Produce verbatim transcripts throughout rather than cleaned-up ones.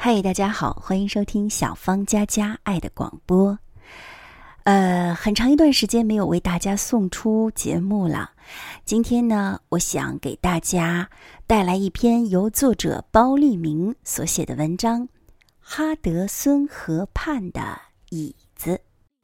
嗨，大家好，欢迎收听小芳佳佳爱的广播。呃，很长一段时间没有为大家送出节目了。今天呢，我想给大家带来一篇由作者包立明所写的文章《哈德孙河畔的椅子》。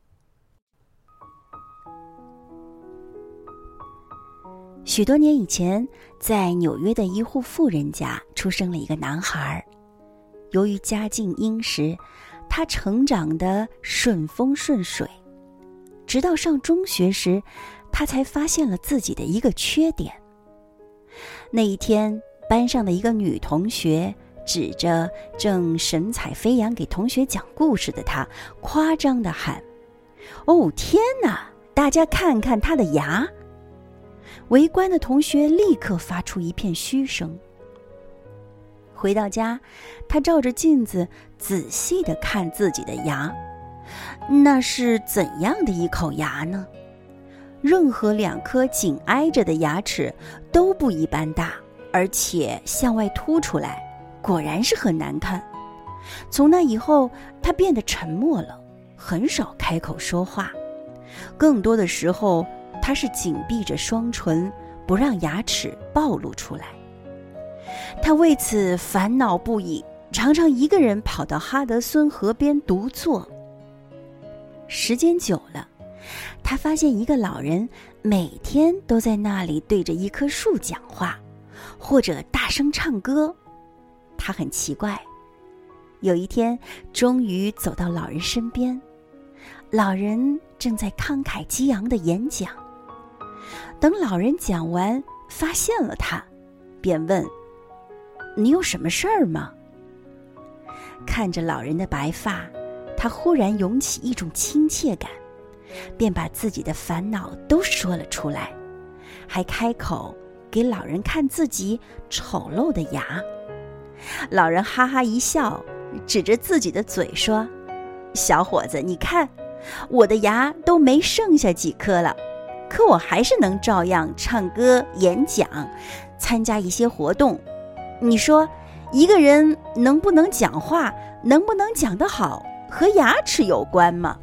许多年以前，在纽约的一户富人家出生了一个男孩。由于家境殷实，他成长得顺风顺水。直到上中学时，他才发现了自己的一个缺点。那一天，班上的一个女同学指着正神采飞扬给同学讲故事的他，夸张地喊：“哦，天哪！大家看看他的牙！”围观的同学立刻发出一片嘘声。回到家，他照着镜子仔细地看自己的牙。那是怎样的一口牙呢？任何两颗紧挨着的牙齿都不一般大，而且向外凸出来，果然是很难看。从那以后，他变得沉默了，很少开口说话。更多的时候，他是紧闭着双唇，不让牙齿暴露出来。他为此烦恼不已，常常一个人跑到哈德孙河边独坐。时间久了，他发现一个老人每天都在那里对着一棵树讲话，或者大声唱歌。他很奇怪。有一天，终于走到老人身边，老人正在慷慨激昂地演讲。等老人讲完，发现了他，便问：“你有什么事儿吗？”看着老人的白发，他忽然涌起一种亲切感，便把自己的烦恼都说了出来，还开口给老人看自己丑陋的牙。老人哈哈一笑，指着自己的嘴说：“小伙子，你看，我的牙都没剩下几颗了，可我还是能照样唱歌、演讲，参加一些活动。你说，一个人能不能讲话，能不能讲得好，和牙齿有关吗？”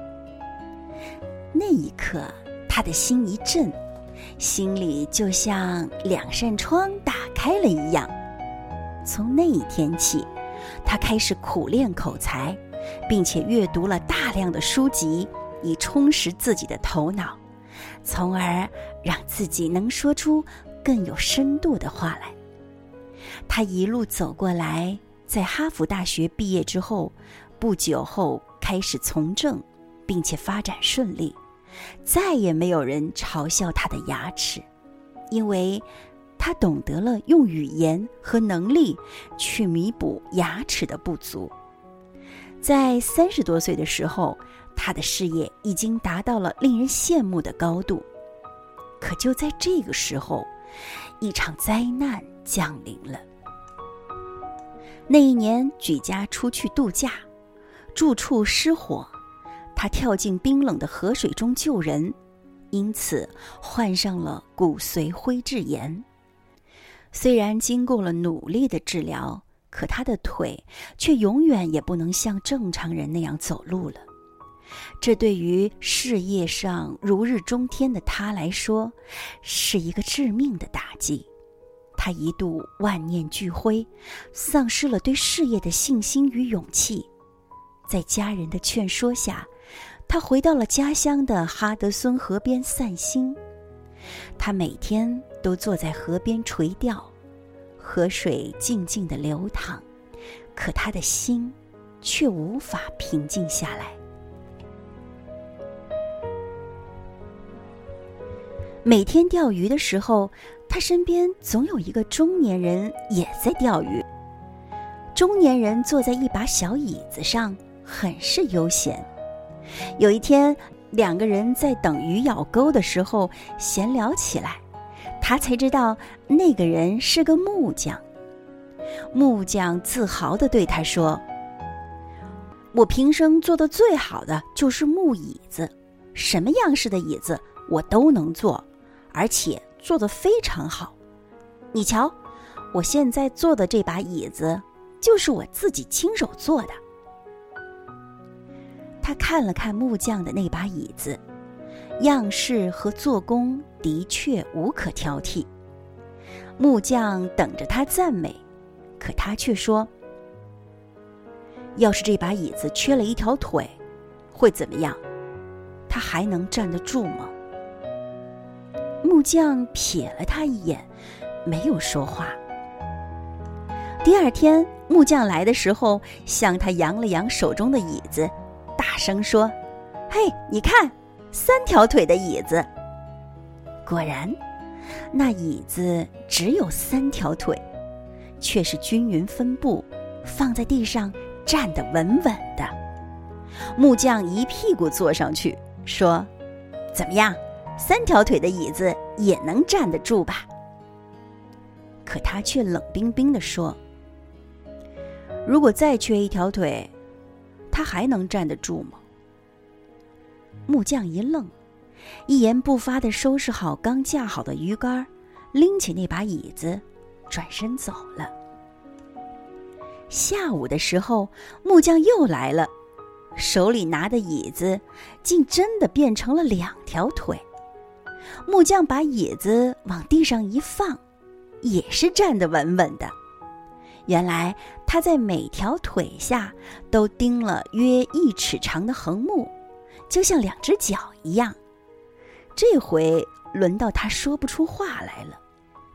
那一刻，他的心一震，心里就像两扇窗打开了一样。从那一天起，他开始苦练口才，并且阅读了大量的书籍，以充实自己的头脑，从而让自己能说出更有深度的话来。他一路走过来，在哈佛大学毕业之后，不久后开始从政，并且发展顺利，再也没有人嘲笑他的牙齿，因为他懂得了用语言和能力去弥补牙齿的不足。在三十多岁的时候，他的事业已经达到了令人羡慕的高度。可就在这个时候，一场灾难降临了。那一年，举家出去度假，住处失火，他跳进冰冷的河水中救人，因此患上了骨髓灰质炎。虽然经过了努力的治疗，可他的腿却永远也不能像正常人那样走路了。这对于事业上如日中天的他来说，是一个致命的打击。他一度万念俱灰，丧失了对事业的信心与勇气。在家人的劝说下，他回到了家乡的哈德孙河边散心。他每天都坐在河边垂钓，河水静静地流淌，可他的心却无法平静下来。每天钓鱼的时候，他身边总有一个中年人也在钓鱼。中年人坐在一把小椅子上，很是悠闲。有一天，两个人在等鱼咬钩的时候闲聊起来，他才知道那个人是个木匠。木匠自豪地对他说：“我平生做的最好的就是木椅子，什么样式的椅子我都能做，而且做得非常好。你瞧，我现在坐的这把椅子就是我自己亲手做的。他看了看木匠的那把椅子，样式和做工的确无可挑剔。木匠等着他赞美，可他却说，要是这把椅子缺了一条腿，会怎么样？它还能站得住吗？木匠瞥了他一眼，没有说话。第二天，木匠来的时候，向他扬了扬手中的椅子，大声说，嘿，你看，三条腿的椅子。果然，那椅子只有三条腿，却是均匀分布，放在地上站得稳稳的。木匠一屁股坐上去，说，怎么样，三条腿的椅子也能站得住吧？可他却冷冰冰地说，如果再缺一条腿，它还能站得住吗？木匠一愣，一言不发地收拾好刚架好的鱼竿，拎起那把椅子，转身走了。下午的时候，木匠又来了，手里拿的椅子竟真的变成了两条腿。木匠把椅子往地上一放，也是站得稳稳的。原来他在每条腿下都钉了约一尺长的横木，就像两只脚一样。这回轮到他说不出话来了。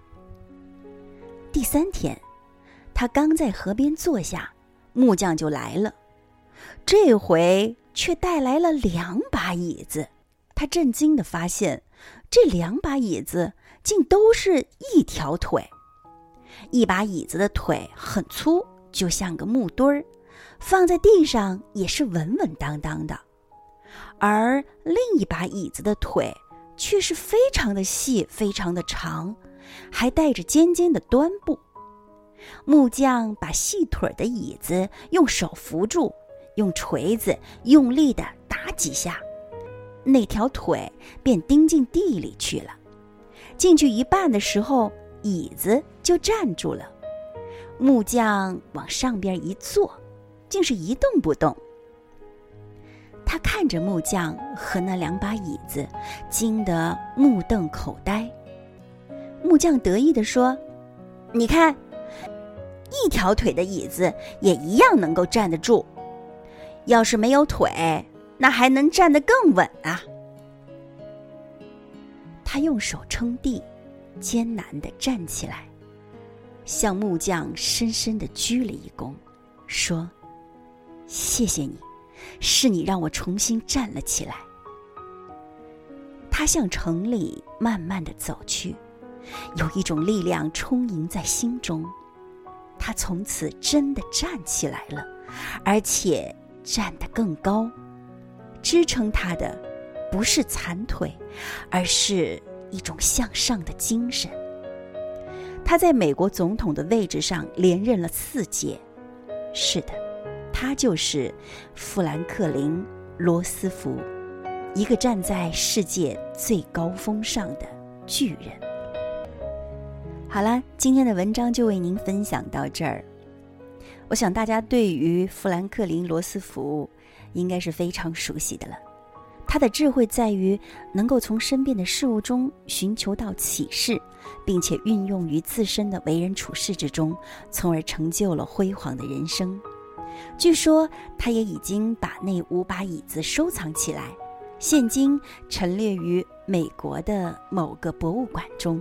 第三天，他刚在河边坐下，木匠就来了，这回却带来了两把椅子。他震惊地发现，这两把椅子竟都是一条腿。一把椅子的腿很粗，就像个木墩儿，放在地上也是稳稳当当的。而另一把椅子的腿却是非常的细，非常的长，还带着尖尖的端部。木匠把细腿的椅子用手扶住，用锤子用力地打几下，那条腿便钉进地里去了。进去一半的时候，椅子就站住了。木匠往上边一坐，竟是一动不动。他看着木匠和那两把椅子，惊得目瞪口呆。木匠得意地说，你看，一条腿的椅子也一样能够站得住，要是没有腿，那还能站得更稳啊。他用手撑地，艰难地站起来，向木匠深深地鞠了一躬，说，谢谢你，是你让我重新站了起来。他向城里慢慢地走去，有一种力量充盈在心中。他从此真的站起来了，而且站得更高。支撑他的不是残腿，而是一种向上的精神。他在美国总统的位置上连任了四届。是的，他就是富兰克林·罗斯福，一个站在世界最高峰上的巨人。好了，今天的文章就为您分享到这儿。我想大家对于富兰克林·罗斯福应该是非常熟悉的了。他的智慧在于能够从身边的事物中寻求到启示，并且运用于自身的为人处事之中，从而成就了辉煌的人生。据说他也已经把那五把椅子收藏起来，现今陈列于美国的某个博物馆中。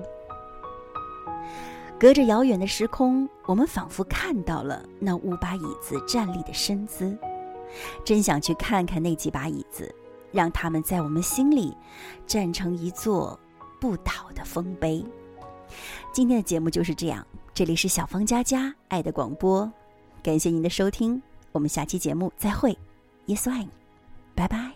隔着遥远的时空，我们仿佛看到了那五把椅子站立的身姿，真想去看看那几把椅子，让他们在我们心里站成一座不倒的丰碑。今天的节目就是这样，这里是小芳佳佳爱的广播，感谢您的收听，我们下期节目再会，耶稣爱你，拜拜。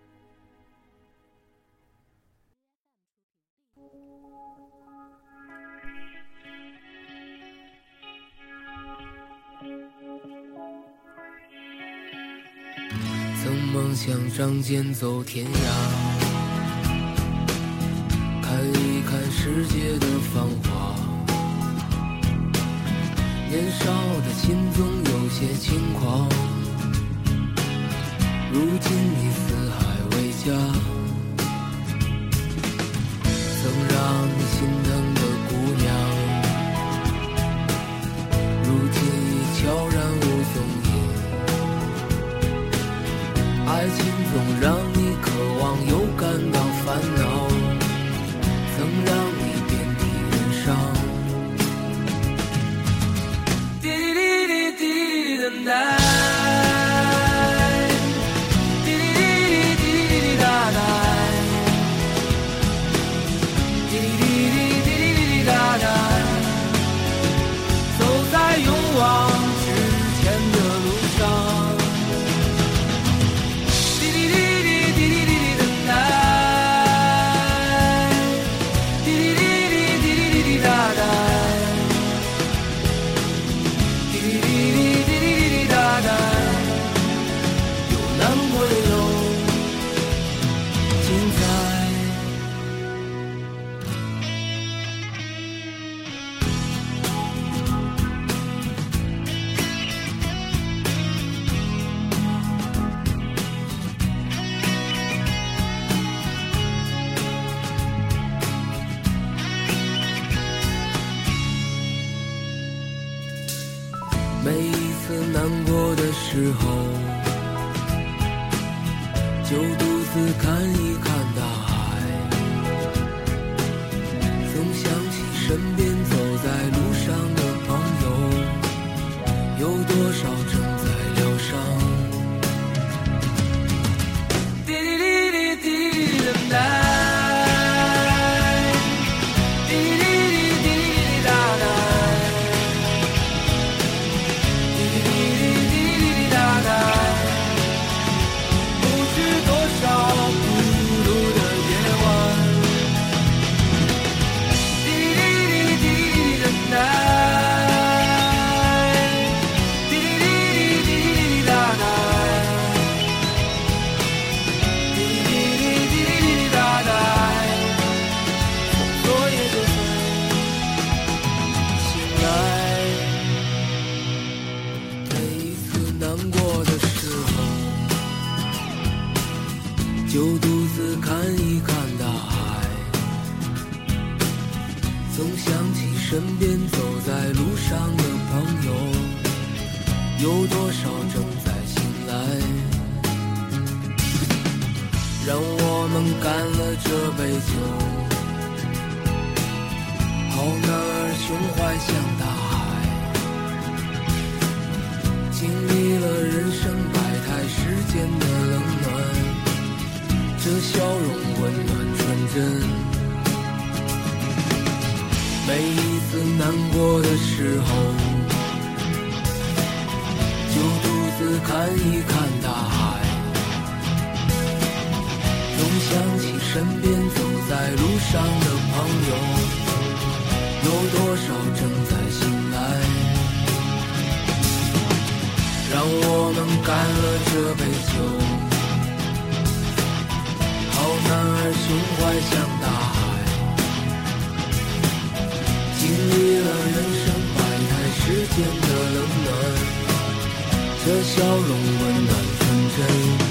曾梦想仗剑走天涯，看一看世界的繁华。 年少的心总有些轻狂，如今你四海为家，曾让你心疼的姑娘，如今已悄然无踪影。爱情总让你渴望又感到烦恼，曾让你遍体鳞伤。滴滴滴滴滴滴等待。每一次难过的时候，就独自看一看大海，总想起身边走在路上的朋友，有多少正在疗伤。滴滴滴滴滴滴等待。就独自看一看大海，总想起身边走在路上的朋友，有多少正在醒来。让我们干了这杯酒，好男儿胸怀像大海，经历了人生百态世间的冷暖，这笑容温暖纯真。每一次难过的时候，就独自看一看大海，总想起身边走在路上的朋友，有多少正在醒来。让我们干了这杯酒，好男儿胸怀像大海，经历了人生百态世间的冷暖，这笑容温暖纯真。